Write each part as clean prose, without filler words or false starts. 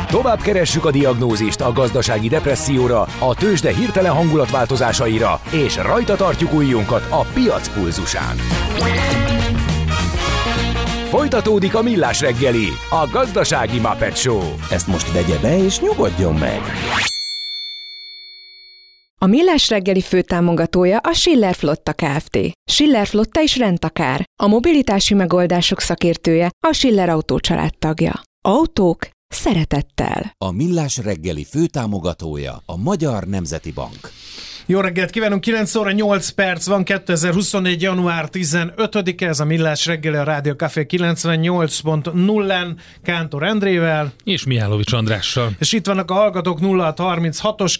Tovább keressük a diagnózist a gazdasági depresszióra, a tőzsde hirtelen hangulatváltozásaira, és rajta tartjuk ujjunkat a piac pulzusán. Folytatódik a Millás reggeli, a gazdasági Muppet Show. Ezt most vegye be és nyugodjon meg! A Millás reggeli főtámogatója a Schiller Flotta Kft. Schiller Flotta is rendtakár. A mobilitási megoldások szakértője, a Schiller Autó család tagja. Autók szeretettel. A Millás reggeli főtámogatója a Magyar Nemzeti Bank. Jó reggelt kívánunk, 9 óra 8 perc van, 2024. január 15-e, ez a Millás reggeli, a Rádió Café 98.0-en, Kántor Endrével. És Mihálovics Andrással. És itt vannak a hallgatók, 0636-os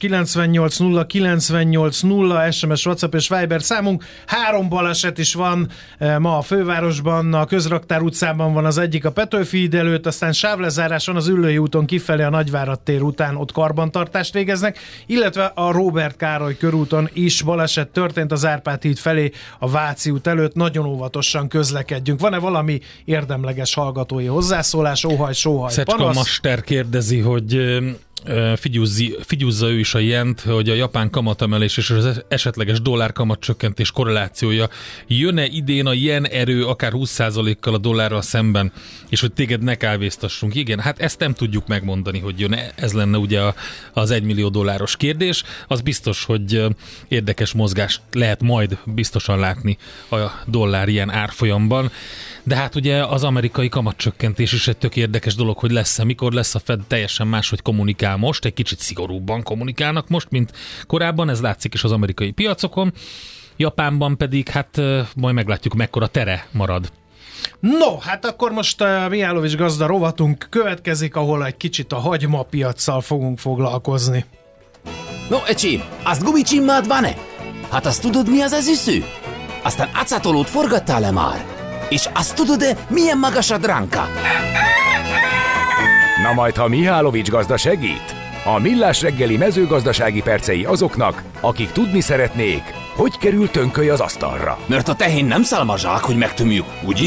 980980, SMS, WhatsApp és Viber számunk. 3 baleset is van ma a fővárosban, a Közraktár utcában van az egyik, a Petőfi híd előtt, aztán sávlezárás van az Üllői úton kifelé a Nagyvárad tér után, ott karbantartást végeznek, illetve a Róbert Károly körúton is baleset történt az Árpád híd felé a Váci út előtt, nagyon óvatosan közlekedjünk. Van-e valami érdemleges hallgatói hozzászólás, óhaj, sóhaj, Szecska panasz? Master kérdezi, hogy figyúzza ő is a jent, hogy a japán kamatemelés és az esetleges dollárkamat csökkentés korrelációja jön-e idén a jen erő akár 20%-kal a dollárral szemben, és hogy téged ne kávéztassunk. Igen, hát ezt nem tudjuk megmondani, hogy jön-e. Ez lenne ugye az $1 millió kérdés. Az biztos, hogy érdekes mozgást lehet majd biztosan látni a dollár ilyen árfolyamban. De hát ugye az amerikai kamatcsökkentés is egy tök érdekes dolog, hogy lesz-e, mikor lesz a Fed teljesen máshogy kommunikál most, egy kicsit szigorúbban kommunikálnak most, mint korábban, ez látszik is az amerikai piacokon. Japánban pedig hát majd meglátjuk, mekkora tere marad. No, hát akkor most Mihálovics gazda rovatunk következik, ahol egy kicsit a hagymapiacsal fogunk foglalkozni. No, ecsi, azt gumicsimmád van-e? Hát azt tudod, mi az az üsző? Aztán acatolót forgattál-e már? És azt tudod-e, milyen magas a dránka? Na majd, ha Mihálovics gazda segít, a Millás reggeli mezőgazdasági percei azoknak, akik tudni szeretnék, hogy kerül tönköly az asztalra. Mert a tehén nem szálmazsák, hogy megtömjük, ugye?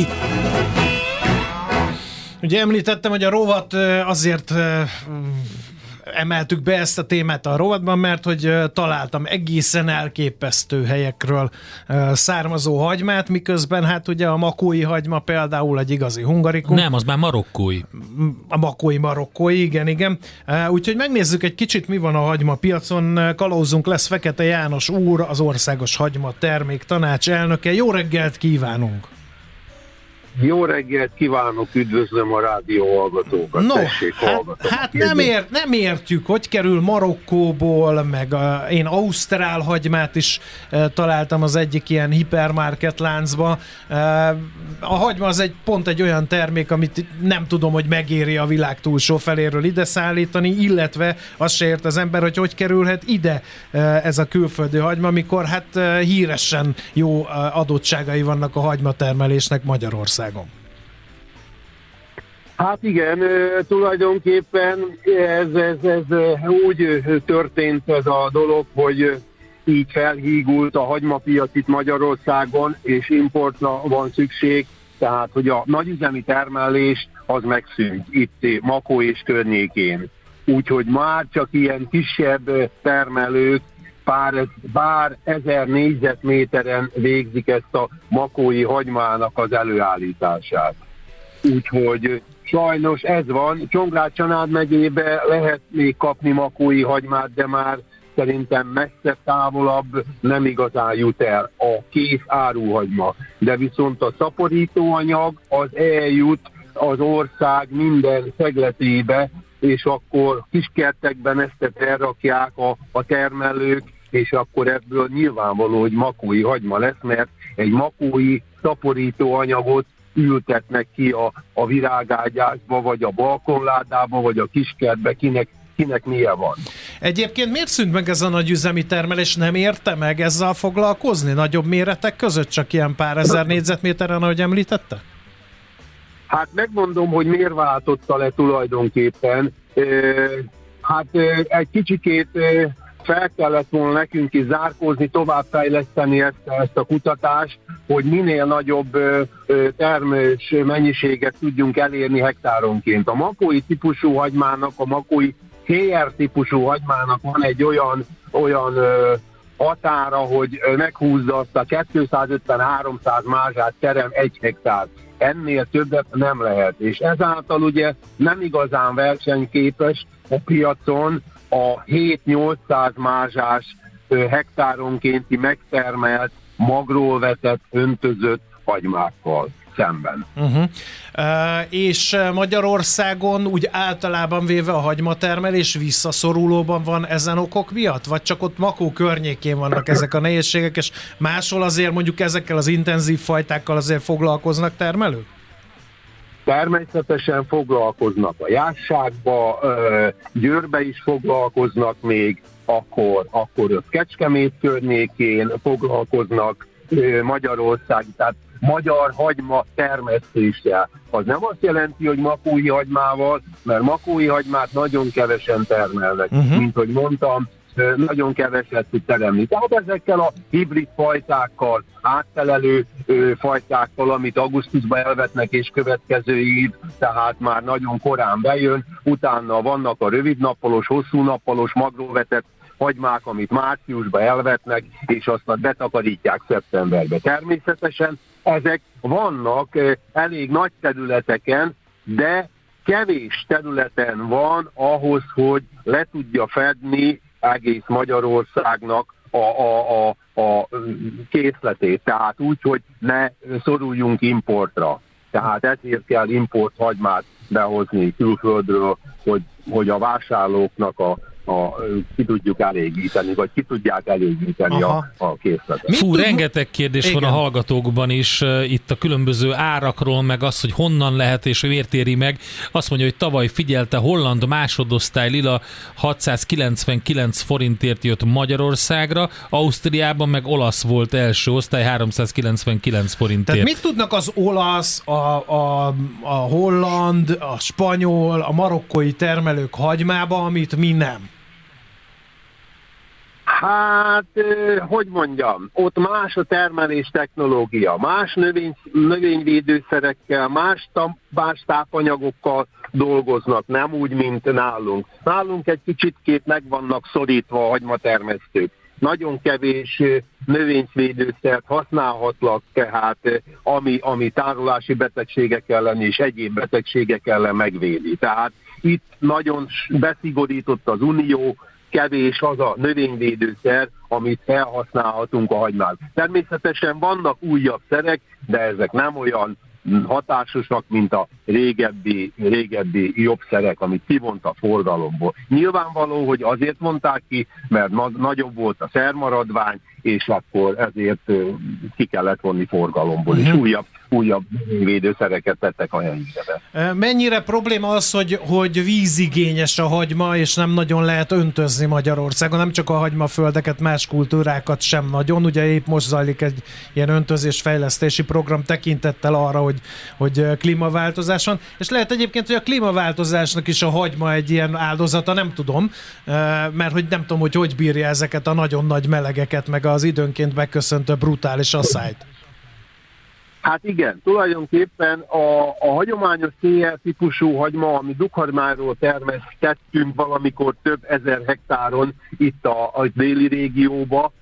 Ugye említettem, hogy a rovat azért emeltük be ezt a témát a rovatban, mert hogy találtam egészen elképesztő helyekről származó hagymát, miközben hát ugye a makói hagyma például egy igazi hungarikum. Nem, az már marokkói. A marokkói, igen. Úgyhogy megnézzük egy kicsit, mi van a hagyma piacon. Kalauzunk lesz Fekete János úr, az Országos Hagyma Termék Tanács elnöke. Jó reggelt kívánunk! Jó reggelt kívánok, üdvözlöm a rádió hallgatókat. No, tessék, hát nem értjük, hogy kerül Marokkóból, meg én ausztrál hagymát is találtam az egyik ilyen hipermarket láncba. A hagyma az pont egy olyan termék, amit nem tudom, hogy megéri a világ túlsó feléről ide szállítani, illetve azt se ért az ember, hogy kerülhet ide ez a külföldi hagyma, amikor hát híresen jó adottságai vannak a hagymatermelésnek Magyarországon. Hát igen, tulajdonképpen ez úgy történt ez a dolog, hogy így felhígult a hagymapiac itt Magyarországon, és importra van szükség, tehát hogy a nagyüzemi termelés az megszűnt itt Makó és környékén. Úgyhogy már csak ilyen kisebb termelők bár 1000 négyzetméteren végzik ezt a makói hagymának az előállítását. Úgyhogy sajnos ez van. Csongrád-Csanád megyébe lehet még kapni makói hagymát, de már szerintem messze távolabb nem igazán jut el a kész áruhagyma. De viszont a szaporítóanyag az eljut az ország minden szegletébe, és akkor kiskertekben ezt elrakják a termelők, és akkor ebből nyilvánvaló, hogy makói hagyma lesz, mert egy makói szaporítóanyagot ültetnek ki a virágágyásba, vagy a balkonládába, vagy a kiskertbe, kinek milyen van. Egyébként miért szűnt meg ez a nagyüzemi termelés? Nem érte meg ezzel foglalkozni? Nagyobb méretek között, csak ilyen pár ezer négyzetméteren, ahogy említette? Hát megmondom, hogy miért váltotta le tulajdonképpen. Hát egy kicsikét fel kellett volna nekünk is zárkózni, továbbfejleszteni ezt a kutatást, hogy minél nagyobb termés mennyiséget tudjunk elérni hektáronként. A makói típusú hagymának, a makói KR típusú hagymának van egy olyan határa, hogy meghúzza azt a 250-300 mázsát terem 1 hektár. Ennél többet nem lehet. És ezáltal ugye nem igazán versenyképes a piacon a 7-800 mázsás hektáronkénti megtermelt, magról vetett, öntözött hagymákkal szemben. És Magyarországon úgy általában véve a hagymatermelés visszaszorulóban van ezen okok miatt? Vagy csak ott Makó környékén vannak ezek a nehézségek, és máshol azért mondjuk ezekkel az intenzív fajtákkal azért foglalkoznak termelők? Természetesen foglalkoznak a Jásságba, Győrbe is foglalkoznak még, akkor ott Kecskemét környékén foglalkoznak Magyarország, tehát magyar hagyma termesztéssel. Az nem azt jelenti, hogy makói hagymával, mert makói hagymát nagyon kevesen termelnek. Mint hogy mondtam, nagyon keveset tud teremni. Tehát ezekkel a hibrid fajtákkal, áttelelő fajtákkal, amit augusztusban elvetnek és következő év, tehát már nagyon korán bejön, utána vannak a rövidnappalos, hosszúnappalos, magróvetett hagymák, amit márciusban elvetnek, és aztán betakarítják szeptemberbe. Természetesen ezek vannak elég nagy területeken, de kevés területen van ahhoz, hogy le tudja fedni egész Magyarországnak a készletét. Tehát úgy, hogy ne szoruljunk importra. Tehát ezért kell import hagymát behozni külföldről, hogy a vásárlóknak ki tudjuk elégíteni, vagy ki tudják elégíteni a készletet. Rengeteg kérdés van a hallgatókban is, itt a különböző árakról, meg az, hogy honnan lehet és miért éri meg. Azt mondja, hogy tavaly figyelte, holland másodosztály lila 699 forintért jött Magyarországra, Ausztriában meg olasz volt első osztály 399 forintért. Tehát mit tudnak az olasz, a holland, a spanyol, a marokkói termelők hagymába, amit mi nem? Hát, hogy mondjam, ott más a termelés technológia, más növényvédőszerekkel, más tápanyagokkal dolgoznak, nem úgy, mint nálunk. Nálunk egy kicsitkét meg vannak szorítva a hagymatermesztők. Nagyon kevés növényvédőszert használhatlak, tehát ami tárolási betegségek ellen és egyéb betegségek ellen megvédi. Tehát itt nagyon beszigorított az Unió, kevés az a növényvédőszer, amit felhasználhatunk a hagymán. Természetesen vannak újabb szerek, de ezek nem olyan hatásosak, mint a régebbi jobb szerek, amit kivont a forgalomból. Nyilvánvaló, hogy azért mondták ki, mert nagyobb volt a szermaradvány, és akkor ezért ki kellett vonni forgalomból, és újabb védőszereket tettek a helyére. Mennyire probléma az, hogy vízigényes a hagyma, és nem nagyon lehet öntözni Magyarországon, nem csak a hagymaföldeket, más kultúrákat sem nagyon. Ugye épp most zajlik egy ilyen öntözésfejlesztési program tekintettel arra, hogy klímaváltozás van, és lehet egyébként, hogy a klímaváltozásnak is a hagyma egy ilyen áldozata, nem tudom, mert hogy nem tudom, hogy bírja ezeket a nagyon nagy melegeket, meg az időnként megköszöntő brutális asszályt. Hát igen, tulajdonképpen a hagyományos CL típusú hagyma, ami dukhagymáról termesztettünk valamikor több ezer hektáron itt a déli régióba,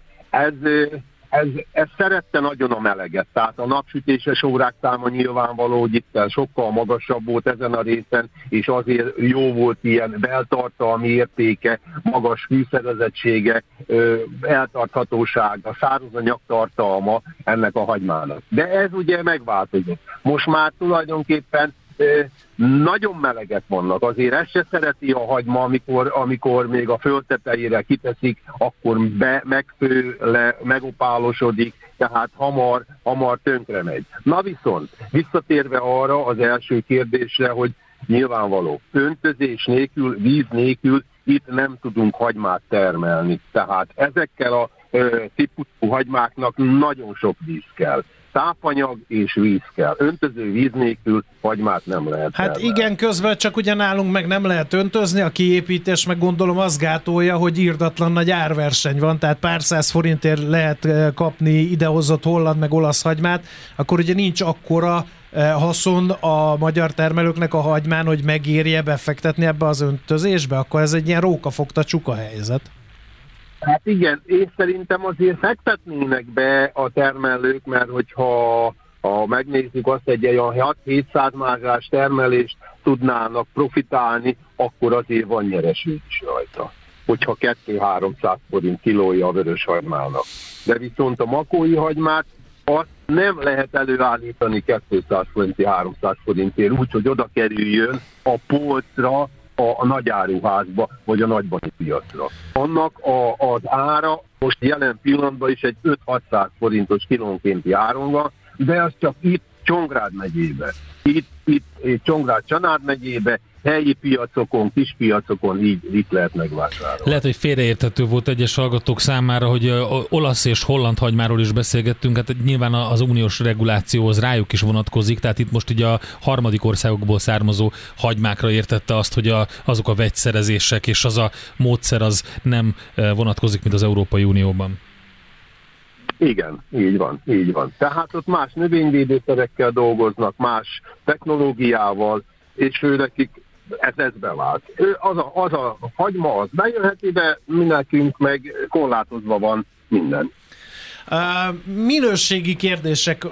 ez szerette nagyon a meleget. Tehát a napsütéses órák száma nyilvánvaló, hogy itt sokkal magasabb volt ezen a részen, és azért jó volt ilyen beltartalmi értéke, magas fűszerezettsége, eltarthatóság, a szárazanyag tartalma ennek a hagymának. De ez ugye megváltozott. Most már tulajdonképpen nagyon meleget vannak, azért ezt se szereti a hagyma, amikor még a föld tetejére kiteszik, akkor megfő, megopálosodik, tehát hamar tönkre megy. Na viszont, visszatérve arra az első kérdésre, hogy nyilvánvaló, öntözés nélkül, víz nélkül itt nem tudunk hagymát termelni. Tehát ezekkel a típusú hagymáknak nagyon sok víz kell. tápanyag és víz kell. Öntöző víz nélkül hagymát nem lehet. Hát igen, közben csak ugye nálunk meg nem lehet öntözni, a kiépítés meg gondolom azt gátolja, hogy irdatlan nagy árverseny van, tehát pár száz forintért lehet kapni idehozott holland meg olasz hagymát, akkor ugye nincs akkora haszon a magyar termelőknek a hagymán, hogy megérje befektetni ebbe az öntözésbe, akkor ez egy ilyen rókafogta csuka helyzet. Hát igen, én szerintem azért fektetnének be a termelők, mert hogyha megnézzük azt, egy olyan 6-700 mázsás termelést tudnának profitálni, akkor azért van nyereség is rajta. Hogyha 200-300 forint kilója a vörös hagymának. De viszont a makói hagymát azt nem lehet előállítani 200 forint, 300 forintért, úgyhogy oda kerüljön a polcra, a nagyáruházba, vagy a nagybani piacra. Annak az ára most jelen pillanatban is egy 5-600 forintos kilónkénti áron van, de az csak itt Csongrád megyébe. Itt Csongrád-Csanád megyébe, helyi piacokon, kis piacokon itt lehet megvásárolni. Lehet, hogy félreérthető volt egyes hallgatók számára, hogy olasz és holland hagymáról is beszélgettünk, hát nyilván az uniós reguláció az rájuk is vonatkozik, tehát itt most ugye a harmadik országokból származó hagymákra értette azt, hogy azok a vegyszerezések és az a módszer az nem vonatkozik, mint az Európai Unióban. Igen, így van. Tehát ott más növényvédőszerekkel dolgoznak, más technológiával, és ő nekik ez bevált. Az a hagyma, az bejöhet ide, mi nekünk meg korlátozva van minden. Minőségi kérdések.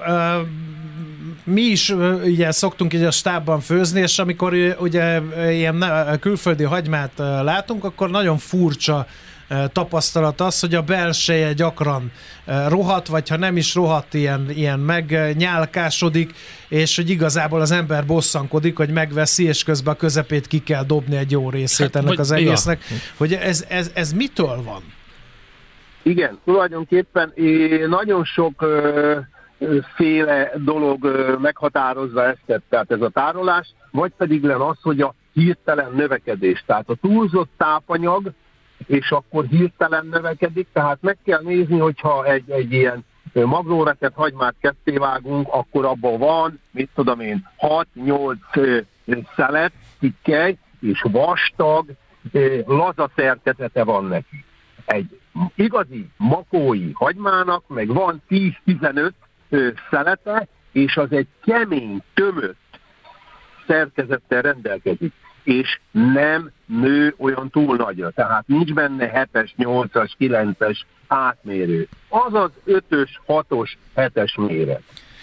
Mi is ugye szoktunk így a stábban főzni, és amikor ugye ilyen külföldi hagymát látunk, akkor nagyon furcsa tapasztalat az, hogy a belseje gyakran rohadt, vagy ha nem is rohadt, ilyen megnyálkásodik, és hogy igazából az ember bosszankodik, hogy megveszi, és közben a közepét ki kell dobni egy jó részét ennek az egésznek. Hogy ez mitől van? Igen, tulajdonképpen nagyon sok féle dolog meghatározza ezt, tehát ez a tárolás, vagy pedig az, hogy a hirtelen növekedés, tehát a túlzott tápanyag, és akkor hirtelen növekedik, tehát meg kell nézni, hogyha egy ilyen maglóreket hagymát kettévágunk, akkor abban van, 6-8 szelet, tikkely, és vastag, laza szerkezete van neki. Egy igazi makói hagymának meg van 10-15 szelete, és az egy kemény, tömött szerkezettel rendelkezik, és nem nő olyan túl nagyra. Tehát nincs benne 7-es, 8-as, 9-es átmérő. Az az 5-ös, 6-os, 7-es méret.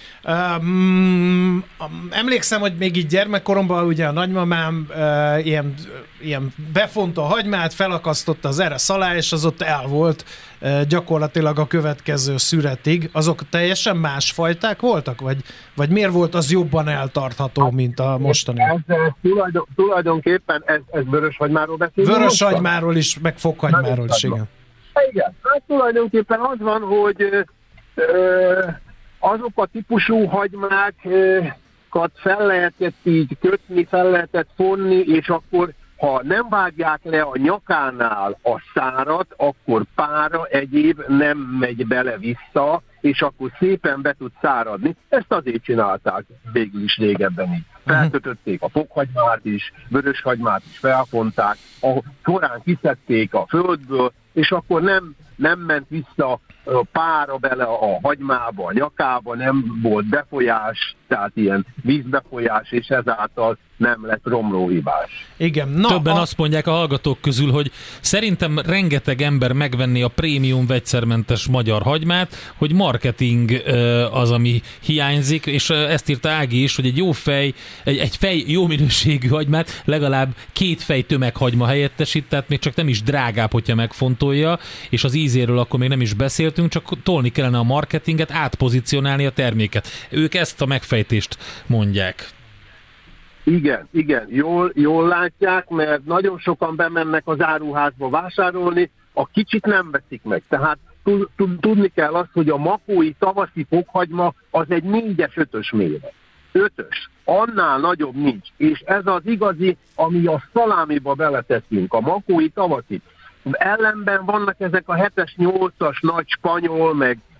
Emlékszem, hogy még így gyermekkoromban ugye a nagymamám ilyen befonta a hagymát, felakasztotta az eresz alá, és az ott el volt gyakorlatilag a következő szüretig. Azok teljesen más fajták voltak? Vagy miért volt az jobban eltartható, mint a mostani? Tulajdonképpen ez vöröshagymáról beszélünk. Vöröshagymáról is, meg fokhagymáról is, igen. Igen, hát tulajdonképpen az van, hogy azok a típusú hagymákat fel lehetett így kötni, fel lehetett fonni, és akkor, ha nem vágják le a nyakánál a szárat, akkor pára egyéb nem megy bele-vissza, és akkor szépen be tud száradni. Ezt azért csinálták végül is régebben így. Felkötötték a fokhagymát is, vöröshagymát is felfonták, korán kiszedték a földből, és akkor nem ment vissza pára bele a hagymába, a nyakába, nem volt befolyás, tehát ilyen vízbefolyás, és ezáltal nem lett romlóhibás. Igen. Többen azt mondják a hallgatók közül, hogy szerintem rengeteg ember megvenni a prémium vegyszermentes magyar hagymát, hogy marketing az, ami hiányzik, és ezt írta Ági is, hogy egy fej jó minőségű hagymát legalább 2 fej tömeghagyma helyettesít, tehát még csak nem is drágább, hogyha megfontolja, és az ízéről akkor még nem is beszéltünk, csak tolni kellene a marketinget, átpozícionálni a terméket. Ők ezt a megfejtést mondják. Igen, jól látják, mert nagyon sokan bemennek az áruházba vásárolni, a kicsit nem veszik meg. Tehát tudni kell azt, hogy a makói tavaszi fokhagyma az egy 4-es, 5-ös méret. 5-ös. Annál nagyobb nincs. És ez az igazi, ami a szalámiba beleteszünk, a makói tavaszi. Ellenben vannak ezek a 7-es, 8-as nagy spanyol, meg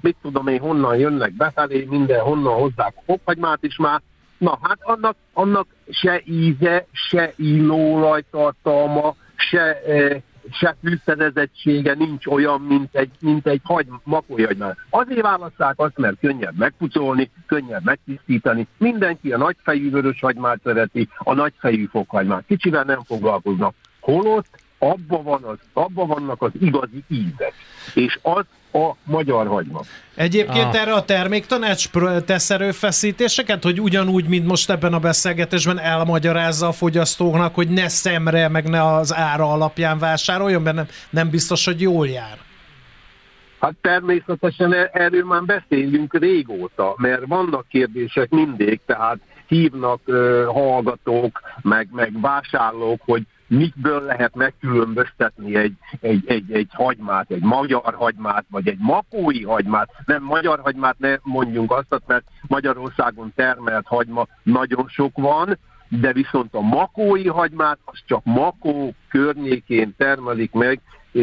mit tudom én, honnan jönnek befelé, honnan hozzák a fokhagymát is már. Na hát annak se íze, se illóolajtartalma, se fűszerezettsége nincs olyan, mint egy makóhagymát. Azért választák azt, mert könnyebb megpucolni, könnyebb megtisztítani. Mindenki a nagyfejű vöröshagymát szereti, a nagyfejű fokhagymát. Kicsivel nem foglalkoznak. Holott abban vannak az igazi ízek. És az a magyar hagyma. Egyébként erre a terméktanács tesz erőfeszítéseket, hogy ugyanúgy, mint most ebben a beszélgetésben elmagyarázza a fogyasztóknak, hogy ne szemre, meg ne az ára alapján vásároljon, mert nem biztos, hogy jól jár. Hát természetesen erről már beszélünk régóta, mert vannak kérdések mindig, tehát hívnak hallgatók, meg vásárlók, hogy mikből lehet megkülönböztetni egy hagymát, egy magyar hagymát, vagy egy makói hagymát. Nem, magyar hagymát ne mondjunk azt, mert Magyarországon termelt hagyma nagyon sok van, de viszont a makói hagymát az csak Makó környékén termelik meg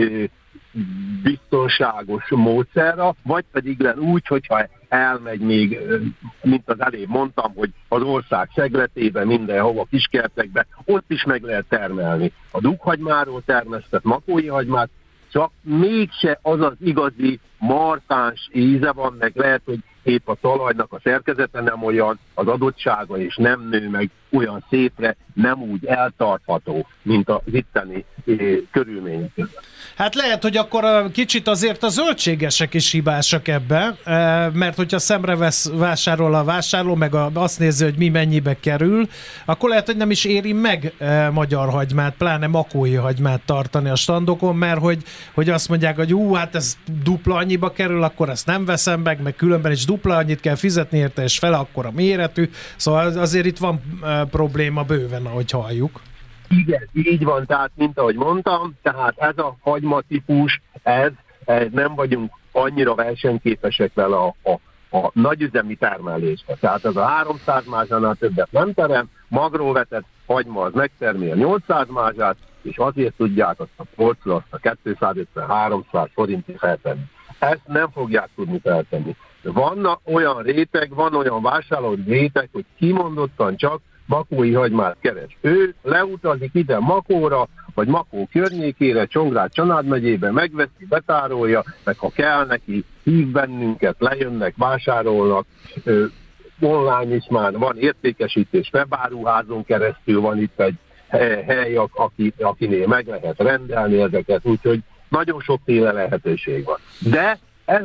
biztonságos módszerre, vagy pedig úgy, hogyha elmegy még, mint az előbb mondtam, hogy az ország szegletében, mindenhova, kiskertekbe, ott is meg lehet termelni. A dughagymáról termesztett makói hagymát, csak mégse az az igazi markáns íze van, meg lehet, hogy épp a talajnak a szerkezete nem olyan, az adottsága és nem nő meg olyan szépre, nem úgy eltartható, mint az itteni körülmények között. Hát lehet, hogy akkor kicsit azért a zöldségesek is hibásak ebbe, mert hogyha szemre vásárol a vásárló, meg azt nézi, hogy mi mennyibe kerül, akkor lehet, hogy nem is éri meg magyar hagymát, pláne makói hagymát tartani a standokon, mert hogy azt mondják, hogy hát ez dupla annyiba kerül, akkor ezt nem veszem meg különben is dupla annyit kell fizetni érte, és fele akkor a méretű, szóval azért itt van probléma bőven, ahogy halljuk. Igen, így van, tehát mint ahogy mondtam, tehát ez a hagymatípus, ez nem vagyunk annyira versenyképesek vele a nagyüzemi termelésbe. Tehát ez a 300 mázsánál többet nem terem, magról vetett hagyma az megtermi a 800 mázsát, és azért tudják azt a polcra, azt a 250-300 forintig feltenni. Ezt nem fogják tudni feltenni. Van olyan réteg, van olyan vásárló réteg, hogy kimondottan csak makói hagymát keres. Ő leutazik ide Makóra, vagy Makó környékére, Csongrád Csanád megyébe, megveszi, betárolja, meg ha kell neki, hív bennünket, lejönnek, vásárolnak, online is már van értékesítés, webáruházon keresztül van itt egy hely, akinél meg lehet rendelni ezeket, úgyhogy nagyon sokféle lehetőség van. De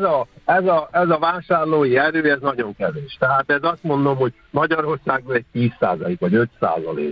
ez a vásárlói erő, ez nagyon kevés. Tehát ez azt mondom, hogy Magyarországon egy 10% vagy 5%.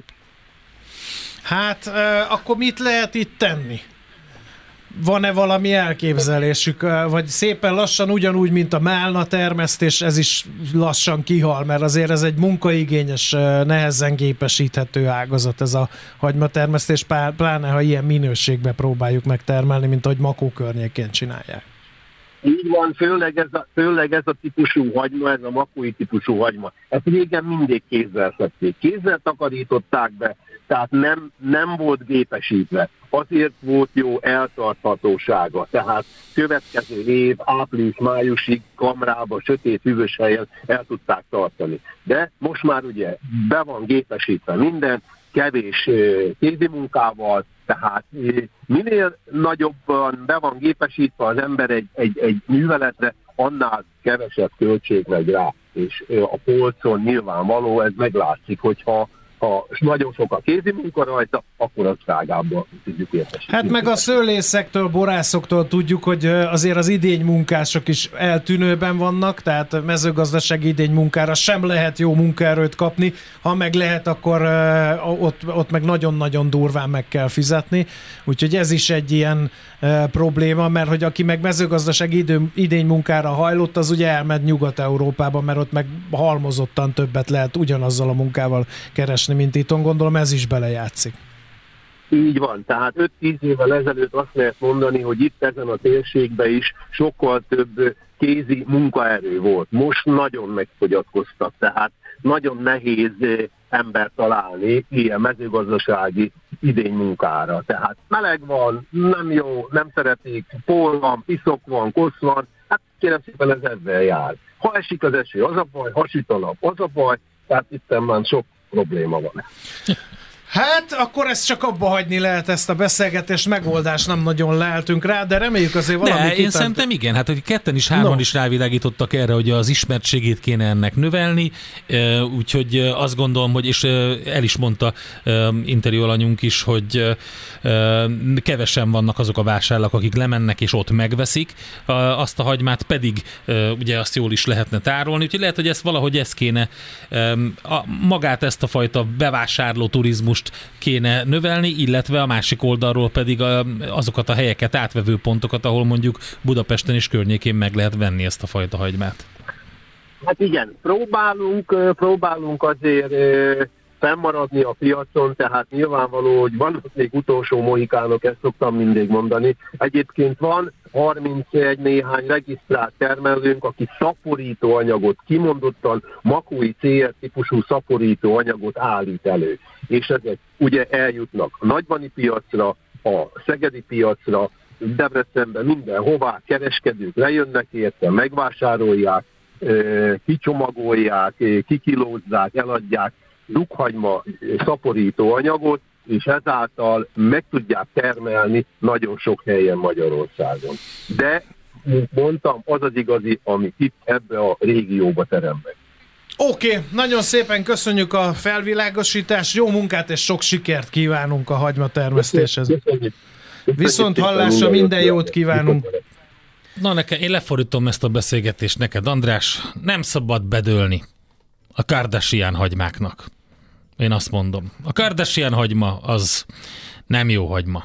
Hát akkor mit lehet itt tenni? Van-e valami elképzelésük? Vagy szépen lassan ugyanúgy, mint a málna termesztés, ez is lassan kihal, mert azért ez egy munkaigényes, nehezen gépesíthető ágazat ez a hagymatermesztés, pláne ha ilyen minőségben próbáljuk megtermelni, mint ahogy Makó környékén csinálják. Így van, főleg ez a típusú hagyma, ez a makói típusú hagyma. Ezt régen mindig kézzel szedték. Kézzel takarították be, tehát nem volt gépesítve. Azért volt jó eltarthatósága. Tehát következő év, április-májusig kamrába, sötét, hűvös helyen el tudták tartani. De most már ugye be van gépesítve minden, kevés kézi munkával, tehát minél nagyobban be van gépesítve az ember egy műveletre, annál kevesebb költség megy rá. És a polcon nyilvánvaló, ez meglátszik, hogyha nagyon sok a kézi munka rajta, akkor az drágábban tudjuk értesíteni. Hát meg a szőlészektől, borászoktól tudjuk, hogy azért az idénymunkások is eltűnőben vannak, tehát mezőgazdasági idénymunkára sem lehet jó munkaerőt kapni, ha meg lehet, akkor ott meg nagyon-nagyon durván meg kell fizetni, úgyhogy ez is egy ilyen probléma, mert hogy aki meg mezőgazdasági idénymunkára hajlott, az ugye elmegy Nyugat-Európába, mert ott meg halmozottan többet lehet ugyanazzal a munkával keresni, mint itthon. Gondolom ez is belejátszik. Így van, tehát 5-10 évvel ezelőtt azt lehet mondani, hogy itt ezen a térségben is sokkal több kézi munkaerő volt. Most nagyon megfogyatkoztak, tehát nagyon nehéz embert találni ilyen mezőgazdasági idénymunkára. Tehát meleg van, nem jó, nem szeretik, pól van, piszok van, kosz van, hát kérem szépen ez ezzel jár. Ha esik az eső, az a baj, ha süt a nap, az a baj, tehát itt már sok probléma van. Hát, akkor ezt csak abba hagyni lehet, ezt a beszélgetést, megoldást nem nagyon lehetünk rá, de reméljük azért valami én szerintem igen, hát hogy ketten is, hárman is rávilágítottak erre, hogy az ismertségét kéne ennek növelni, úgyhogy azt gondolom, hogy és el is mondta interjú alanyunk is, hogy kevesen vannak azok a vásárlók, akik lemennek és ott megveszik azt a hagymát, pedig ugye azt jól is lehetne tárolni, úgyhogy lehet, hogy ezt kéne magát ezt a fajta bevásárló turizmust kéne növelni, illetve a másik oldalról pedig azokat a helyeket, átvevő pontokat, ahol mondjuk Budapesten és környékén meg lehet venni ezt a fajta hagymát. Hát igen, próbálunk azért fennmaradni a piacon, tehát nyilvánvaló, hogy vannak még utolsó mohikánok, ezt szoktam mindig mondani. Egyébként van 31 néhány regisztrált termelőnk, aki szaporítóanyagot, kimondottan makói CR típusú szaporítóanyagot állít elő. És ezek ugye eljutnak a nagybani piacra, a szegedi piacra, Debrecenben, mindenhová kereskedők lejönnek érte, megvásárolják, kicsomagolják, kikilózzák, eladják dughagyma szaporítóanyagot, és ezáltal meg tudják termelni nagyon sok helyen Magyarországon. De, mint mondtam, az az igazi, ami itt ebbe a régióba terem meg. Oké, nagyon szépen köszönjük a felvilágosítást, jó munkát és sok sikert kívánunk a hagymatermesztéshez. Viszont hallásra, minden jót kívánunk. Na, én lefordítom ezt a beszélgetést neked, András. Nem szabad bedőlni a Kardashian hagymáknak. Én azt mondom. A Kardashian hagyma az nem jó hagyma.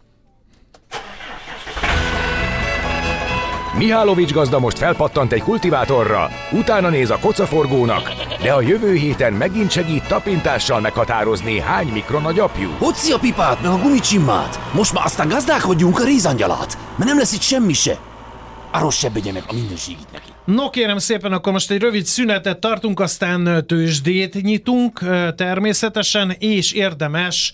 Mihálovics gazda most felpattant egy kultivátorra, utána néz a kocaforgónak, de a jövő héten megint segít tapintással meghatározni, hány mikron a gyapjú. Hoci a pipát, meg a gumicsimmát! Most már aztán gazdálkodjunk a rézangyalát, mert nem lesz itt semmi se. Arról se begye meg a minőségét neki. No kérem szépen, akkor most egy rövid szünetet tartunk, aztán tőzsdét nyitunk természetesen, és érdemes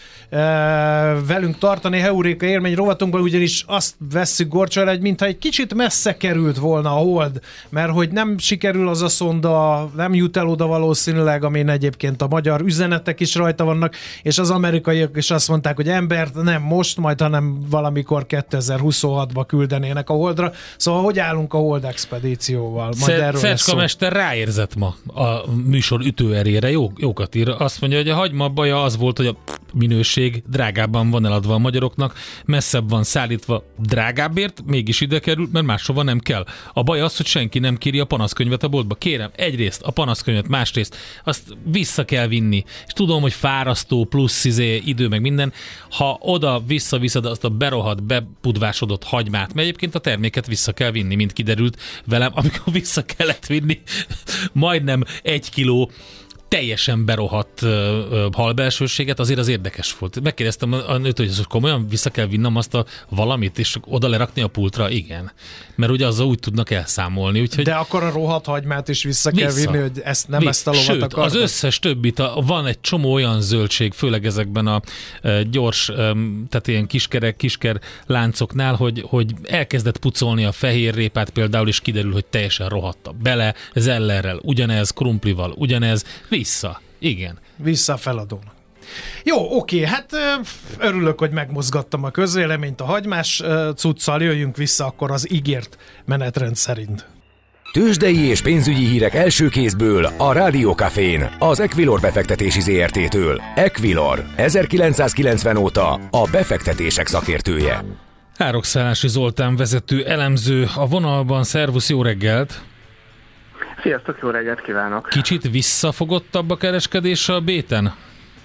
velünk tartani Heuréka élmény rovatunkban, ugyanis azt vesszük gorcsol, hogy mintha egy kicsit messze került volna a hold, mert hogy nem sikerül az a szonda, nem jut el oda valószínűleg, amin egyébként a magyar üzenetek is rajta vannak, és az amerikaiak is azt mondták, hogy embert nem most, majd hanem valamikor 2026-ba küldenének a holdra. Szóval hogy állunk a hold expedícióval? Szecska mester ráérzett ma a műsor ütőerére, jókat ír. Azt mondja, hogy a hagyma baja az volt, hogy a minőség drágábban van eladva a magyaroknak, messzebb van szállítva drágábbért, mégis ide kerül, mert máshova nem kell. A baj az, hogy senki nem kéri a panaszkönyvet a boltba. Kérem, egyrészt a panaszkönyvet, másrészt azt vissza kell vinni. És tudom, hogy fárasztó, plusz idő, meg minden. Ha oda visszaviszed azt a berohadt, bepudvásodott hagymát, mert egyébként a terméket vissza kell vinni, mint kiderült velem, amikor vissza kellett vinni majdnem 1 kiló teljesen berohadt halbelsőséget, azért az érdekes volt. Megkérdeztem a nőt, hogy komolyan vissza kell vinnem azt a valamit, és oda lerakni a pultra? Igen. Mert ugye azzal úgy tudnak elszámolni. Úgyhogy de akkor a rohadt hagymát is vissza kell vinni, hogy ezt nem ezt a lovat sőt, akarnak. Az összes többit, van egy csomó olyan zöldség, főleg ezekben a gyors, tehát ilyen kisker láncoknál, hogy elkezdett pucolni a fehér répát például, és kiderül, hogy teljesen rohadta bele, zellerrel, ugyanez, krumplival, ugyanez, vissza. Igen. Vissza a feladónak. Jó, oké, hát örülök, hogy megmozgattam a közvéleményt a hagymás cuccal, jöjjünk vissza akkor az ígért menetrend szerint. Tőzsdei és pénzügyi hírek első kézből a Rádió Cafén, az Equilor befektetési ZRT-től. Equilor, 1990 óta a befektetések szakértője. Árokszállási Zoltán vezető elemző a vonalban. Szervusz, jó reggelt! Sziasztok, jó reggelt kívánok! Kicsit visszafogottabb a kereskedés a béten?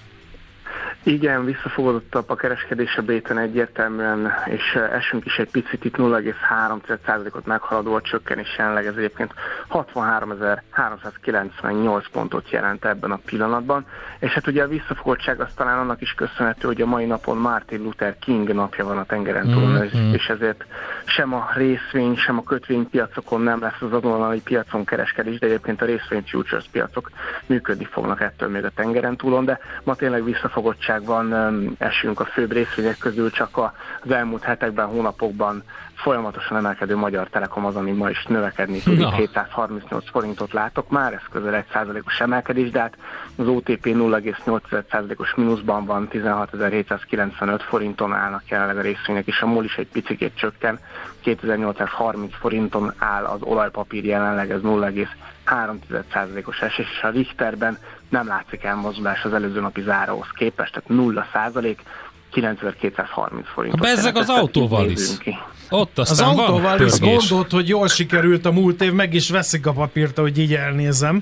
Igen, visszafogodottabb a kereskedés a béten egyértelműen, és esünk is egy picit, itt 0,3%-ot meghaladó a csökkenés, jelenleg ez egyébként 63.398 pontot jelent ebben a pillanatban, és hát ugye a visszafogottság az talán annak is köszönhető, hogy a mai napon Martin Luther King napja van a tengeren túl, és ezért sem a részvény, sem a kötvénypiacokon nem lesz az azonnali piacon kereskedés, de egyébként a részvény futures piacok működni fognak ettől még a tengeren túlon, de ma tényleg visszafogottság van, esünk a főbb részvények közül, csak az elmúlt hetekben, hónapokban folyamatosan emelkedő Magyar Telekom az, ami ma is növekedni tud. 238 forintot látok már, ez közel 1%-os emelkedés, de hát az OTP 0,8%-os mínuszban van, 16.795 forinton állnak jelenleg a részvények, és a MOL is egy picikét csökken, 2830 forinton áll az olajpapír jelenleg, ez 0,3%-os esés, és a Richterben nem látszik elmozdulás az előző napi záróhoz képest, tehát 0%, 9230 forintot. Bezzeg az autóval is. Ott aztán az autóval is pörgés. gondolt, hogy jól sikerült a múlt év, meg is veszik a papírt, hogy így elnézem.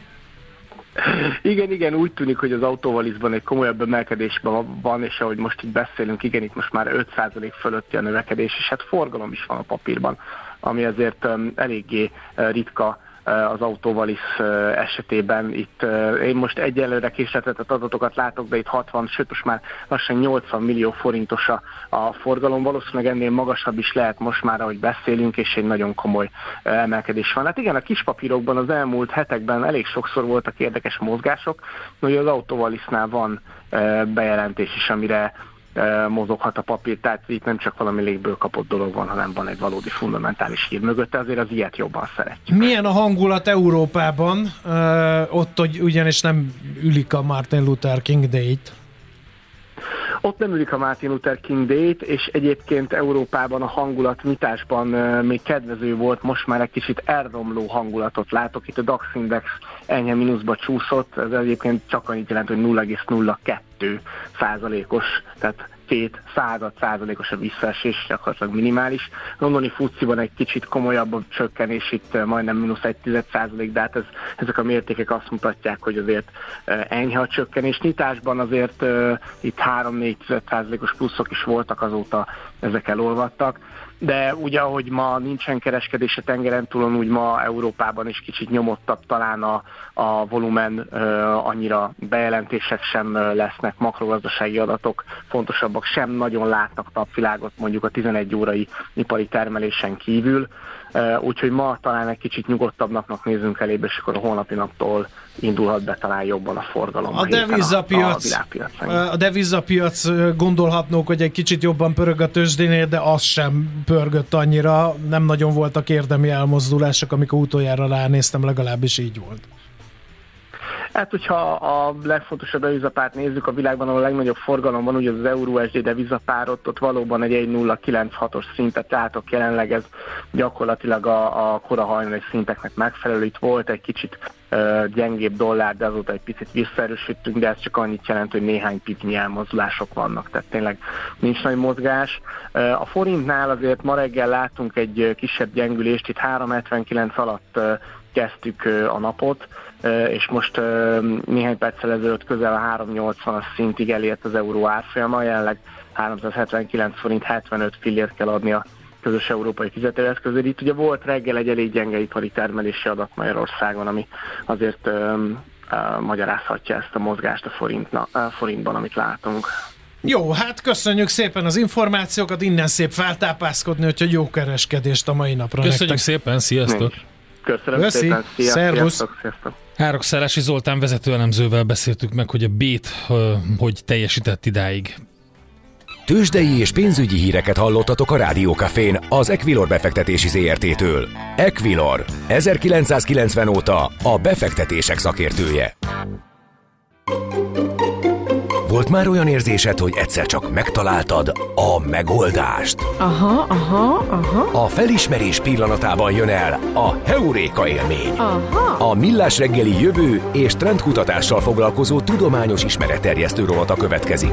Igen, úgy tűnik, hogy az autóvalizban egy komolyabb emelkedésben van, és ahogy most itt beszélünk, igen, itt most már 5% fölötti a növekedés, és hát forgalom is van a papírban, ami azért eléggé ritka az autóvalisz esetében. Itt én most egyelőre késletetett adatokat látok, de itt 60, sőt most már lassan 80 millió forintos a forgalom. Valószínűleg ennél magasabb is lehet most már, ahogy beszélünk, és egy nagyon komoly emelkedés van. Hát igen, a kispapírokban az elmúlt hetekben elég sokszor voltak érdekes mozgások, hogy az autóvalisznál van bejelentés is, amire mozoghat a papír, tehát itt nem csak valami légből kapott dolog van, hanem van egy valódi fundamentális hír mögötte, azért az ilyet jobban szeretjük. Milyen a hangulat Európában? Ott ugyanis nem ülik a Martin Luther King Day-t. Ott nem ülik a Martin Luther King Day-t, és egyébként Európában a hangulat nyitásban még kedvező volt, most már egy kicsit elromló hangulatot látok. Itt a DAX Index enyhe mínuszba csúszott, ez egyébként csak annyit jelent, hogy 0,02%-os, tehát 0,02% a visszaesés, gyakorlatilag minimális. Londoni FTSE-ban egy kicsit komolyabb a csökkenés, itt majdnem -1%, de hát ezek a mértékek azt mutatják, hogy azért enyhe a csökkenés. Nyitásban azért itt 3-4%-os pluszok is voltak, azóta ezek elolvadtak. De ugye, ahogy ma nincsen kereskedés a tengeren túlon, úgy ma Európában is kicsit nyomottabb talán a volumen, annyira bejelentések sem lesznek, makrogazdasági adatok fontosabbak, sem nagyon látnak napvilágot mondjuk a 11 órai ipari termelésen kívül. Úgyhogy ma talán egy kicsit nyugodtabb napnak nézünk elébe, és akkor a holnapi naptól indulhat be talán jobban a forgalom. A devizapiac gondolhatnók, hogy egy kicsit jobban pörög a tőzsdénél, de az sem pörgött annyira. Nem nagyon voltak érdemi elmozdulások, amikor utoljára ránéztem, legalábbis így volt. Hát, hogyha a legfontosabb devizapárt nézzük a világban, ahol a legnagyobb forgalom van, ugye az Euró-USD devizapár, ott valóban egy 1,096-os szintet látok jelenleg, ez gyakorlatilag a kora hajnali szinteknek megfelelő. Itt volt egy kicsit gyengébb dollár, de azóta egy picit visszaerősödtünk, de ez csak annyit jelent, hogy néhány picnyi elmozdulások vannak, tehát tényleg nincs nagy mozgás. A forintnál azért ma reggel látunk egy kisebb gyengülést, itt 3,79 alatt kezdtük a napot, és most néhány perccel ezelőtt közel a 3,80-as szintig elért az euró árfolyama, jelenleg 379 forint 75 fillért kell adni a közös európai fizetőeszközért. Itt ugye volt reggel egy elég gyenge ipari termelési adat Magyarországon, ami azért magyarázhatja ezt a mozgást a forintban, amit látunk. Jó, hát köszönjük szépen az információkat, innen szép feltápászkodni, hogy jó kereskedést a mai napra. Köszönjük nektek. szépen, sziasztok! Köszönöm szépen, sziasztok! Árokszállási Zoltán vezetőelemzővel beszéltük meg, hogy a BÉT hogy teljesített idáig. Tőzsdei és pénzügyi híreket hallottatok a Rádió Cafén az Equilor befektetési ZRT-től. Equilor, 1990 óta a befektetések szakértője. Volt már olyan érzésed, hogy egyszer csak megtaláltad a megoldást? Aha. A felismerés pillanatában jön el a heuréka élmény. Aha. A Millás reggeli jövő és trendkutatással foglalkozó tudományos ismeretterjesztő rovata következik.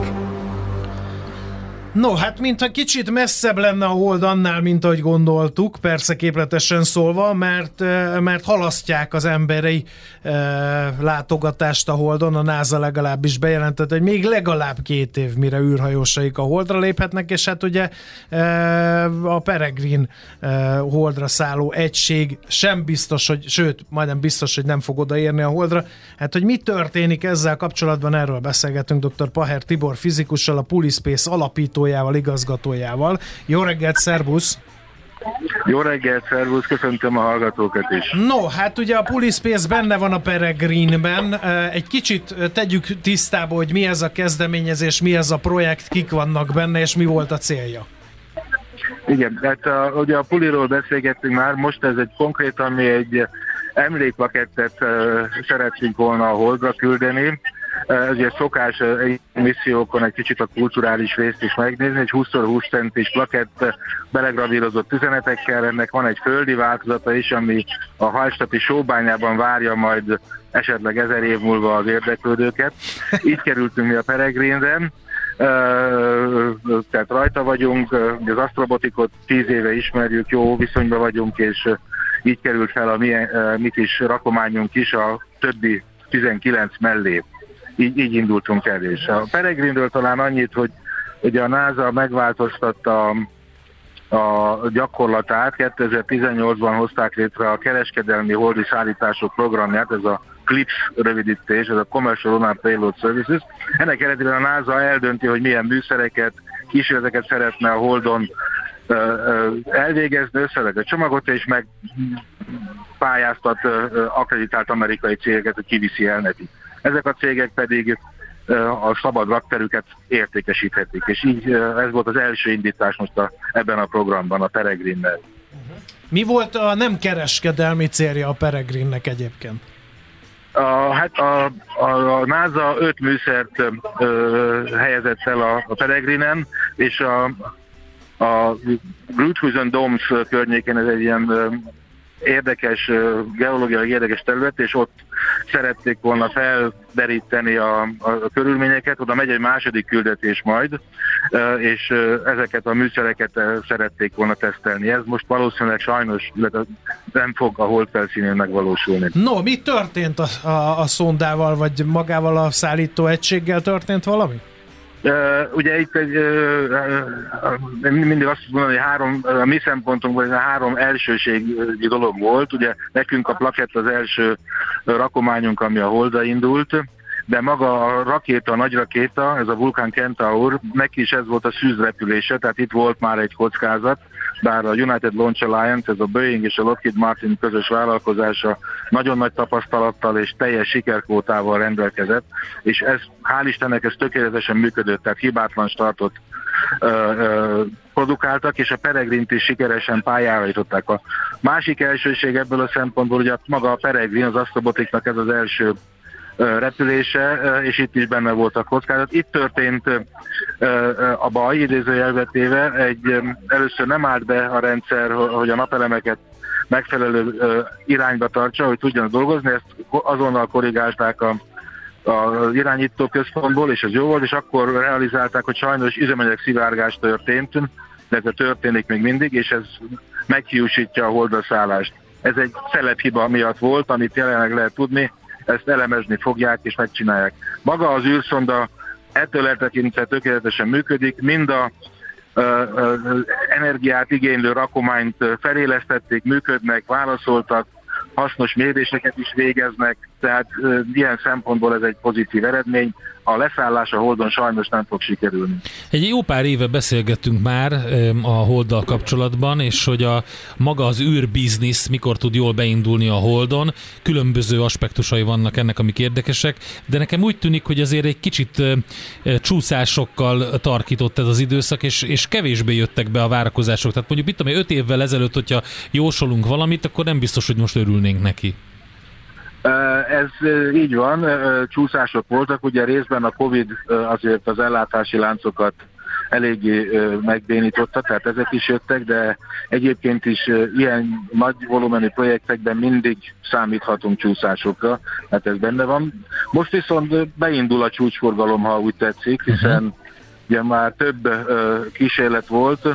No, hát mintha kicsit messzebb lenne a hold annál, mint ahogy gondoltuk, persze képletesen szólva, mert halasztják az emberi látogatást a holdon, a NASA legalábbis bejelentett, hogy még legalább 2 év, mire űrhajósaik a holdra léphetnek, és hát ugye a Peregrine holdra szálló egység sem biztos, hogy, sőt, majdnem biztos, hogy nem fog odaérni a holdra. Hát, hogy mi történik ezzel kapcsolatban, erről beszélgetünk dr. Paher Tibor fizikussal, a Pulispace alapítójával, igazgatójával. Jó reggelt, szervusz! Jó reggelt, szervusz, köszöntöm a hallgatókat is. No, hát ugye a Pulispace benne van a Peregrine-ben. Egy kicsit tegyük tisztába, hogy mi ez a kezdeményezés, mi ez a projekt, kik vannak benne, és mi volt a célja. Igen, hát ugye a puliról beszélgettünk már, most ez egy konkrétan mi egy emlékplakettet szeretnénk volna a Holdra küldeni. Ez ugye szokás missziókon egy kicsit a kulturális részt is megnézni, egy 20x20 centis plakett belegravírozott üzenetekkel, ennek van egy földi változata is, ami a hallstatti sóbányában várja majd esetleg 1000 év múlva az érdeklődőket. Így kerültünk mi a Peregrinre, tehát rajta vagyunk, az Astrobotikot 10 éve ismerjük, jó viszonyban vagyunk, és így került fel a mi kis rakományunk is a többi 19 mellé. Így indultunk el, és a Peregrinről talán annyit, hogy ugye a NASA megváltoztatta a gyakorlatát, 2018-ban hozták létre a kereskedelmi holdi szállítások programját, ez a CLPS rövidítés, ez a Commercial Lunar Payload Services. Ennek eredetében a NASA eldönti, hogy milyen műszereket, kísérleteket szeretne a Holdon elvégezni, összevet a csomagot, és meg pályáztat akkreditált amerikai cégeket, hogy kiviszi el neki. Ezek a cégek pedig a szabad rakterüket értékesíthetik, és így ez volt az első indítás most ebben a programban, a Peregrinnel. Mi volt a nem kereskedelmi célja a Peregrinnek egyébként? A NASA 5 műszert helyezett el a Peregrinen, és a Gruithuisen Domes környéken ez egy ilyen érdekes, geológiai érdekes terület, és ott szerették volna felderíteni a körülményeket, oda megy egy második küldetés majd, és ezeket a műszereket szerették volna tesztelni. Ez most valószínűleg sajnos nem fog a hold felszínén megvalósulni. No, mi történt a szondával, vagy magával a szállító egységgel történt valami? Ugye itt mindig azt mondani, hogy a mi szempontunkból ez a 3 elsőségi dolog volt. Ugye nekünk a plakett az első rakományunk, ami a Holdra indult, de maga a rakéta, a nagy rakéta, ez a Vulcan Centaur, neki is ez volt a szűzrepülése, tehát itt volt már egy kockázat, bár a United Launch Alliance, ez a Boeing és a Lockheed Martin közös vállalkozása nagyon nagy tapasztalattal és teljes sikerkvótával rendelkezett, és ez, hál' Istennek, ez tökéletesen működött, tehát hibátlan startot produkáltak, és a Peregrint is sikeresen pályára jutották. A másik elsőség ebből a szempontból, ugye maga a Peregrin, az Astrobotiknak ez az első repülése, és itt is benne volt a kockázat. Itt történt a baj, idézőjelbe téve, először nem állt be a rendszer, hogy a napelemeket megfelelő irányba tartsa, hogy tudjanak dolgozni, ezt azonnal korrigálták az irányító központból, és ez jó volt, és akkor realizálták, hogy sajnos üzemanyag szivárgás történt, de ez történik még mindig, és ez meghiúsítja a Holdra szállást. Ez egy szelethiba miatt volt, amit jelenleg lehet tudni, ezt elemezni fogják és megcsinálják. Maga az űrszonda ettől eltekintve tökéletesen működik, mind a energiát igénylő rakományt felélesztették, működnek, válaszoltak, hasznos méréseket is végeznek, tehát ilyen szempontból ez egy pozitív eredmény. A leszállás a Holdon sajnos nem fog sikerülni. Egy jó pár éve beszélgettünk már a Holddal kapcsolatban, és hogy maga az űrbiznisz mikor tud jól beindulni a Holdon. Különböző aspektusai vannak ennek, amik érdekesek, de nekem úgy tűnik, hogy azért egy kicsit csúszásokkal tarkított ez az időszak, és kevésbé jöttek be a várakozások. Tehát mondjuk itt, ami 5 évvel ezelőtt, hogyha jósolunk valamit, akkor nem biztos, hogy most örülnénk neki. Ez így van, csúszások voltak, ugye részben a Covid azért az ellátási láncokat eléggé megbénította, tehát ezek is jöttek, de egyébként is ilyen nagy volumenű projektekben mindig számíthatunk csúszásokra, hát ez benne van. Most viszont beindul a csúcsforgalom, ha úgy tetszik, hiszen ugye már több kísérlet volt,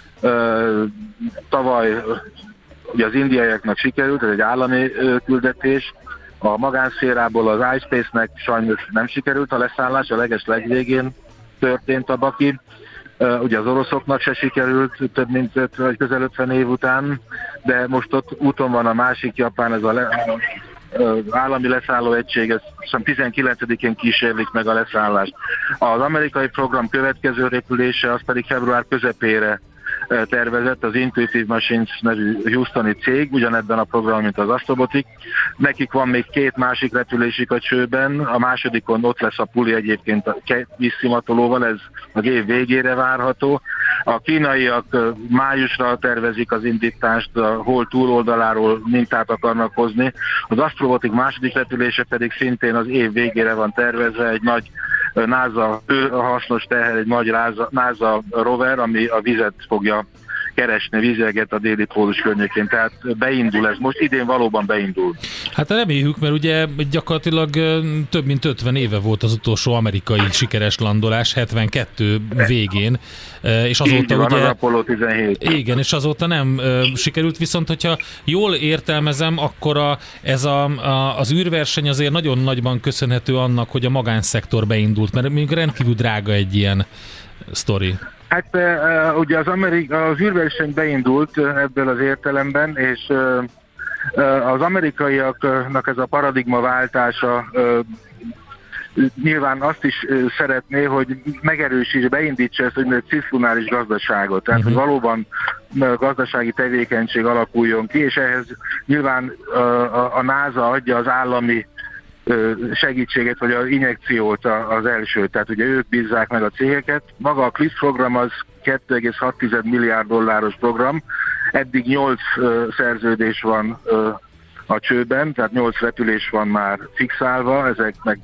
tavaly ugye az indiaiaknak sikerült, ez egy állami küldetés, a magánszférából az iSpace-nek sajnos nem sikerült a leszállás, a legvégén történt a baki. Ugye az oroszoknak se sikerült több mint közel 50 év után, de most ott úton van a másik Japán, ez az állami leszálló egység, ez 19-én kísérlik meg a leszállást. Az amerikai program következő repülése, az pedig február közepére tervezett, az Intuitive Machines nevű houstoni cég, ugyanebben a programon, mint az Astrobotik. Nekik van még 2 másik repülésük a csőben, a másodikon ott lesz a puli egyébként a vízszimatolóval, ez az év végére várható. A kínaiak májusra tervezik az indítást, a Hold túloldaláról mintát akarnak hozni. Az Astrobotik második repülése pedig szintén az év végére van tervezve, egy nagy NASA hasznos teher, egy nagy NASA rover, ami a vizet fogja keresni, vízelget a déli pólus környékén, tehát beindul ez. Most idén valóban beindul. Hát reméljük, mert ugye gyakorlatilag több mint 50 éve volt az utolsó amerikai sikeres landolás, 72 végén, és azóta van, ugye... az Apollo 17. Igen, és azóta nem sikerült, viszont hogyha jól értelmezem, akkor az űrverseny azért nagyon nagyban köszönhető annak, hogy a magánszektor beindult, mert még rendkívül drága egy ilyen sztori. Hát ugye az űrverseny beindult ebből az értelemben, és az amerikaiaknak ez a paradigmaváltása nyilván azt is szeretné, hogy megerősítse, beindítsa ezt a cislunáris gazdaságot. Tehát, hogy valóban gazdasági tevékenység alakuljon ki, és ehhez nyilván a NASA adja az állami segítséget, vagy az injekciót az első. Tehát ugye ők bízzák meg a cégeket. Maga a CLIF program az 2,6 milliárd dolláros program. Eddig 8 szerződés van a csőben, tehát 8 repülés van már fixálva, ezek meg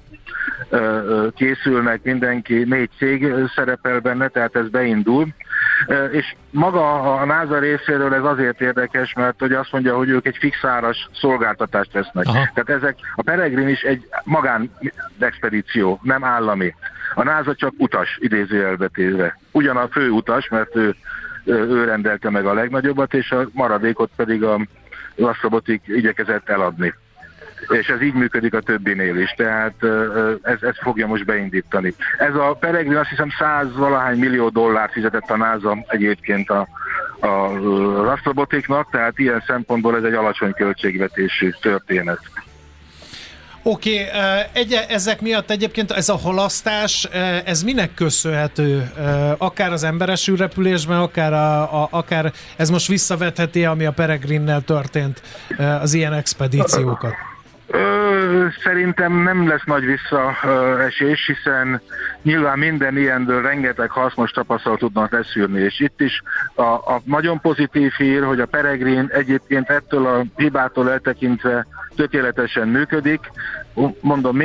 készülnek, mindenki, 4 cég szerepel benne, tehát ez beindul. És maga a NASA részéről ez azért érdekes, mert hogy azt mondja, hogy ők egy fixáras szolgáltatást vesznek. Aha. Tehát ezek, a Peregrine is egy magánexpedíció, nem állami. A NASA csak utas, idézőjelbe téve. Ugyan a fő utas, mert ő rendelte meg a legnagyobbat, és a maradékot pedig a Astrobotik igyekezett eladni. És ez így működik a többinél is, tehát ez fogja most beindítani. Ez a Peregrine azt hiszem 100-valahány millió dollárt fizetett a NASA egyébként az Astrobotiknak, tehát ilyen szempontból ez egy alacsony költségvetésű történet. Oké, ezek miatt egyébként ez a halasztás, ez minek köszönhető? Akár az emberes űrrepülésben, akár ez most visszavetheti, ami a Peregrine-nel történt, az ilyen expedíciókat? Szerintem nem lesz nagy visszaesés, hiszen nyilván minden ilyenből rengeteg hasznos tapasztalat tudnak leszűrni, és itt is a nagyon pozitív hír, hogy a Peregrine egyébként ettől a hibától eltekintve tökéletesen működik. Mondom,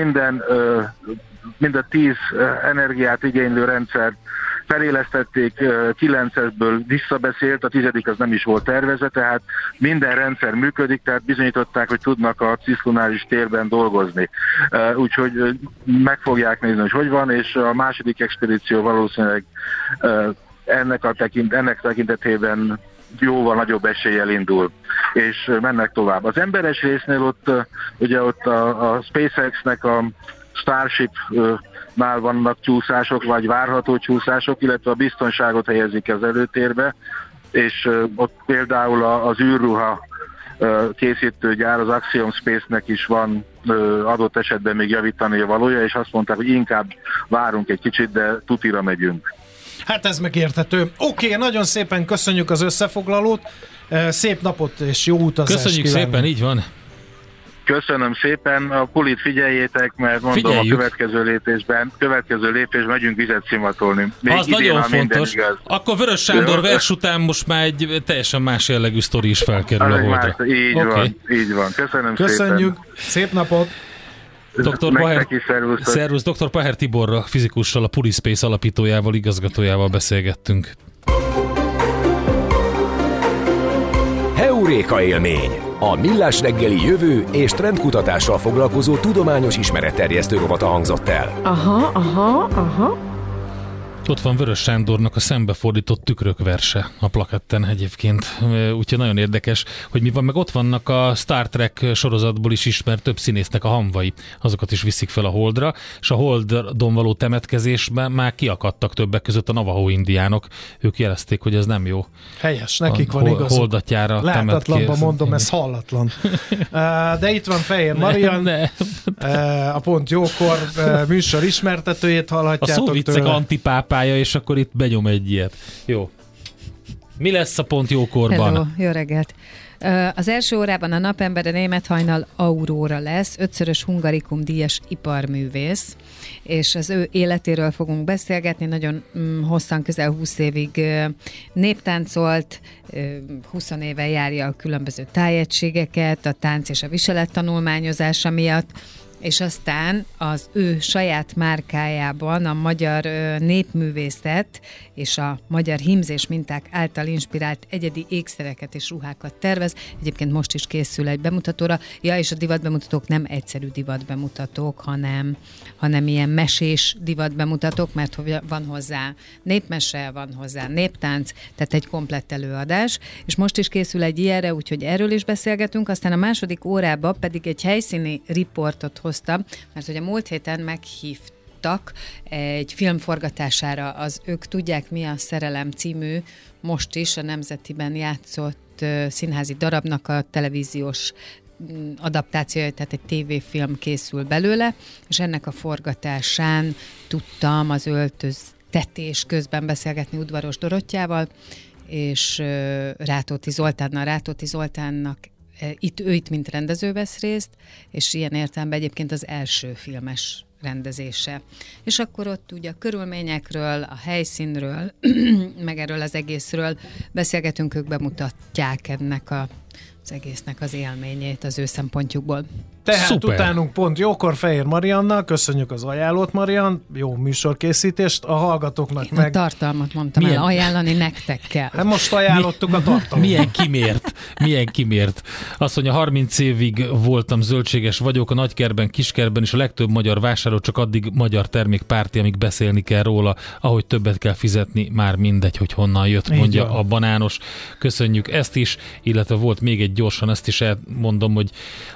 mind a 10 energiát igénylő rendszert felélesztették, 9-ből visszabeszélt, a 10. az nem is volt tervezve, tehát minden rendszer működik, tehát bizonyították, hogy tudnak a cislunáris térben dolgozni. Úgyhogy meg fogják nézni, hogy van, és a második expedíció valószínűleg ennek tekintetében jóval nagyobb eséllyel indul, és mennek tovább. Az emberes résznél ott a SpaceX-nek a Starship-nál vannak csúszások, vagy várható csúszások, illetve a biztonságot helyezik az előtérbe, és ott például az űrruha készítőgyár, az Axiom Space-nek is van adott esetben még javítani valója, és azt mondták, hogy inkább várunk egy kicsit, de tutira megyünk. Hát ez megérthető. Oké, nagyon szépen köszönjük az összefoglalót, szép napot és jó utazást Köszönjük kívánunk. szépen, így van. Köszönöm szépen, a pulit figyeljétek, mert mondom, figyeljük. A következő lépésben megyünk vizet szimatolni. Még az idén, nagyon fontos. Akkor Vörös Sándor vers után most már egy teljesen más jellegű sztori is felkerül a Holdra. Így van. Köszönjük, szép napot! Szervusz, Dr. Paher Tiborral, fizikussal, a Purispace alapítójával, igazgatójával beszélgettünk. Heuréka élmény, a Millás reggeli jövő és trendkutatással foglalkozó tudományos ismeretterjesztő rovata hangzott el. Aha. Ott van Vörös Sándornak a szembefordított tükrök verse a plaketten egyébként, úgyhogy nagyon érdekes, hogy mi van, meg ott vannak a Star Trek sorozatból is ismert több színésznek a hamvai, azokat is viszik fel a Holdra, és a Holdon való temetkezésben már kiakadtak többek között a Navajo indiánok, ők jelezték, hogy ez nem jó. Helyes, nekik van igazuk. Holdatjára láthatlanban mondom, ez hallatlan. De itt van Fehér Marian, a Pont Jókor műsor ismertetőjét hallhatjátok. A szóviccek antipápája, és akkor itt benyom egy ilyet. Jó. Mi lesz a Pont Jókorban? Hello, jó reggelt. Az első órában a Napembere Német Hajnal Aurora lesz, 5-szörös Hungarikum díjas iparművész, és az ő életéről fogunk beszélgetni. Nagyon hosszan, közel 20 évig néptáncolt, 20 éve járja a különböző tájegységeket, a tánc és a viselet tanulmányozása miatt, és aztán az ő saját márkájában a magyar népművészet és a magyar hímzés minták által inspirált egyedi ékszereket és ruhákat tervez. Egyébként most is készül egy bemutatóra. Ja, és a divatbemutatók nem egyszerű divatbemutatók, hanem ilyen mesés divatbemutatók, mert van hozzá népmese, van hozzá néptánc, tehát egy komplett előadás. És most is készül egy ilyenre, úgyhogy erről is beszélgetünk. Aztán a második órában pedig egy helyszíni riportot hoztam, mert hogy a múlt héten meghívtak egy film forgatására, az Ők tudják mi a szerelem című, most is a Nemzetiben játszott színházi darabnak a televíziós adaptációja, tehát egy tévéfilm készül belőle, és ennek a forgatásán tudtam az öltöztetés közben beszélgetni Udvaros Dorottyával, és Rátóti Zoltánnal. Rátóti Zoltánnak ő itt mint rendező vesz részt, és ilyen értelemben egyébként az első filmes rendezése. És akkor ott ugye a körülményekről, a helyszínről, meg erről az egészről beszélgetünk, ők bemutatják ennek az egésznek az élményét az ő szempontjukból. Tehát Szuper. Utánunk pont jókor Fehér Mariannak, köszönjük az ajánlót, Marian, jó műsorkészítést, a hallgatóknak meg... A tartalmat mondtam el, ajánlani nektek kell. Hát most ajánlottuk a tartalmat. Milyen kimért. Azt mondja, 30 évig voltam zöldséges vagyok, a nagykerben, kiskerben, és a legtöbb magyar vásárló csak addig magyar termékpárti, amíg beszélni kell róla, ahogy többet kell fizetni, már mindegy, hogy honnan jött, mondja a banános. Köszönjük ezt is, illetve volt még egy gyorsan, ezt is elmondom, hogy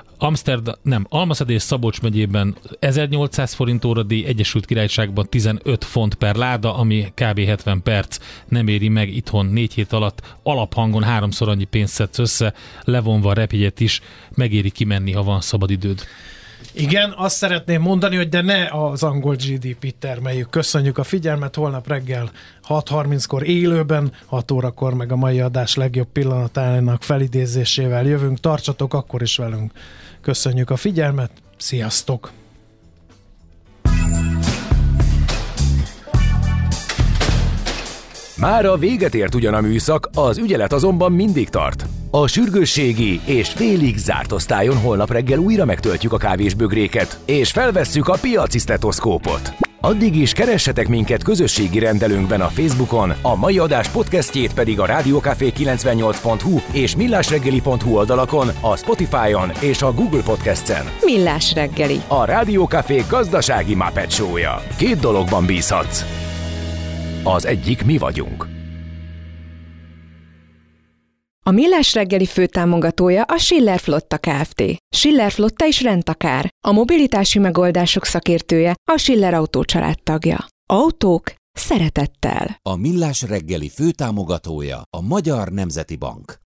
Almaszedés és Szabolcs megyében 1800 forint óradíj, Egyesült Királyságban 15 font per láda, ami kb. 70 perc, nem éri meg itthon 4 hét alatt, alaphangon 3-szor annyi pénzt szedsz össze, levonva a repjegyet is, megéri kimenni, ha van szabadidőd. Igen, azt szeretném mondani, hogy de ne az angol GDP-t termeljük. Köszönjük a figyelmet, holnap reggel 6:30-kor élőben, 6 órakor meg a mai adás legjobb pillanatának felidézésével jövünk. Tartsatok akkor is velünk. Köszönjük a figyelmet, sziasztok! Mára véget ért ugyan a műszak, az ügyelet azonban mindig tart. A sürgősségi és félig zárt osztályon holnap reggel újra megtöltjük a kávésbögréket, és felvesszük a piaci sztetoszkópot. Addig is keressetek minket közösségi rendelőnkben a Facebookon, a mai adás podcastjét pedig a radiocafé98.hu és millásreggeli.hu oldalakon, a Spotify-on és a Google Podcast-en. Millás reggeli. A Rádió Café gazdasági Muppet show-ja. 2 dologban bízhatsz. Az egyik mi vagyunk. A Millás reggeli főtámogatója a Schiller Flotta Kft. Schiller Flotta is rendtakár. A mobilitási megoldások szakértője, a Schiller Autó családtagja. Autók szeretettel. A Millás reggeli főtámogatója a Magyar Nemzeti Bank.